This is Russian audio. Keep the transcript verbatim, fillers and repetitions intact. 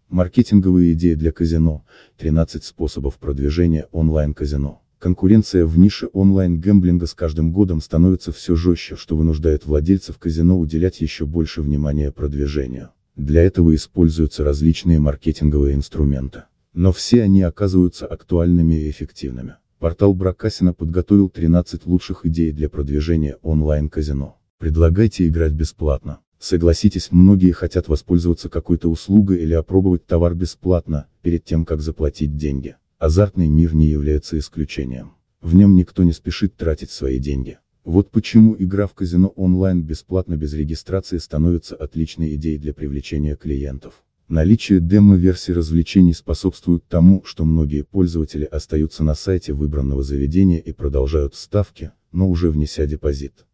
Маркетинговые идеи для казино, тринадцать способов продвижения онлайн-казино. Конкуренция в нише онлайн-гэмблинга с каждым годом становится все жестче, что вынуждает владельцев казино уделять еще больше внимания продвижению. Для этого используются различные маркетинговые инструменты. Но все они оказываются актуальными и эффективными. Портал Бракасина подготовил тринадцать лучших идей для продвижения онлайн-казино. Предлагайте играть бесплатно. Согласитесь, многие хотят воспользоваться какой-то услугой или опробовать товар бесплатно, перед тем как заплатить деньги. Азартный мир не является исключением. В нем никто не спешит тратить свои деньги. Вот почему игра в казино онлайн бесплатно без регистрации становится отличной идеей для привлечения клиентов. Наличие демо-версий развлечений способствует тому, что многие пользователи остаются на сайте выбранного заведения и продолжают ставки, но уже внеся депозит.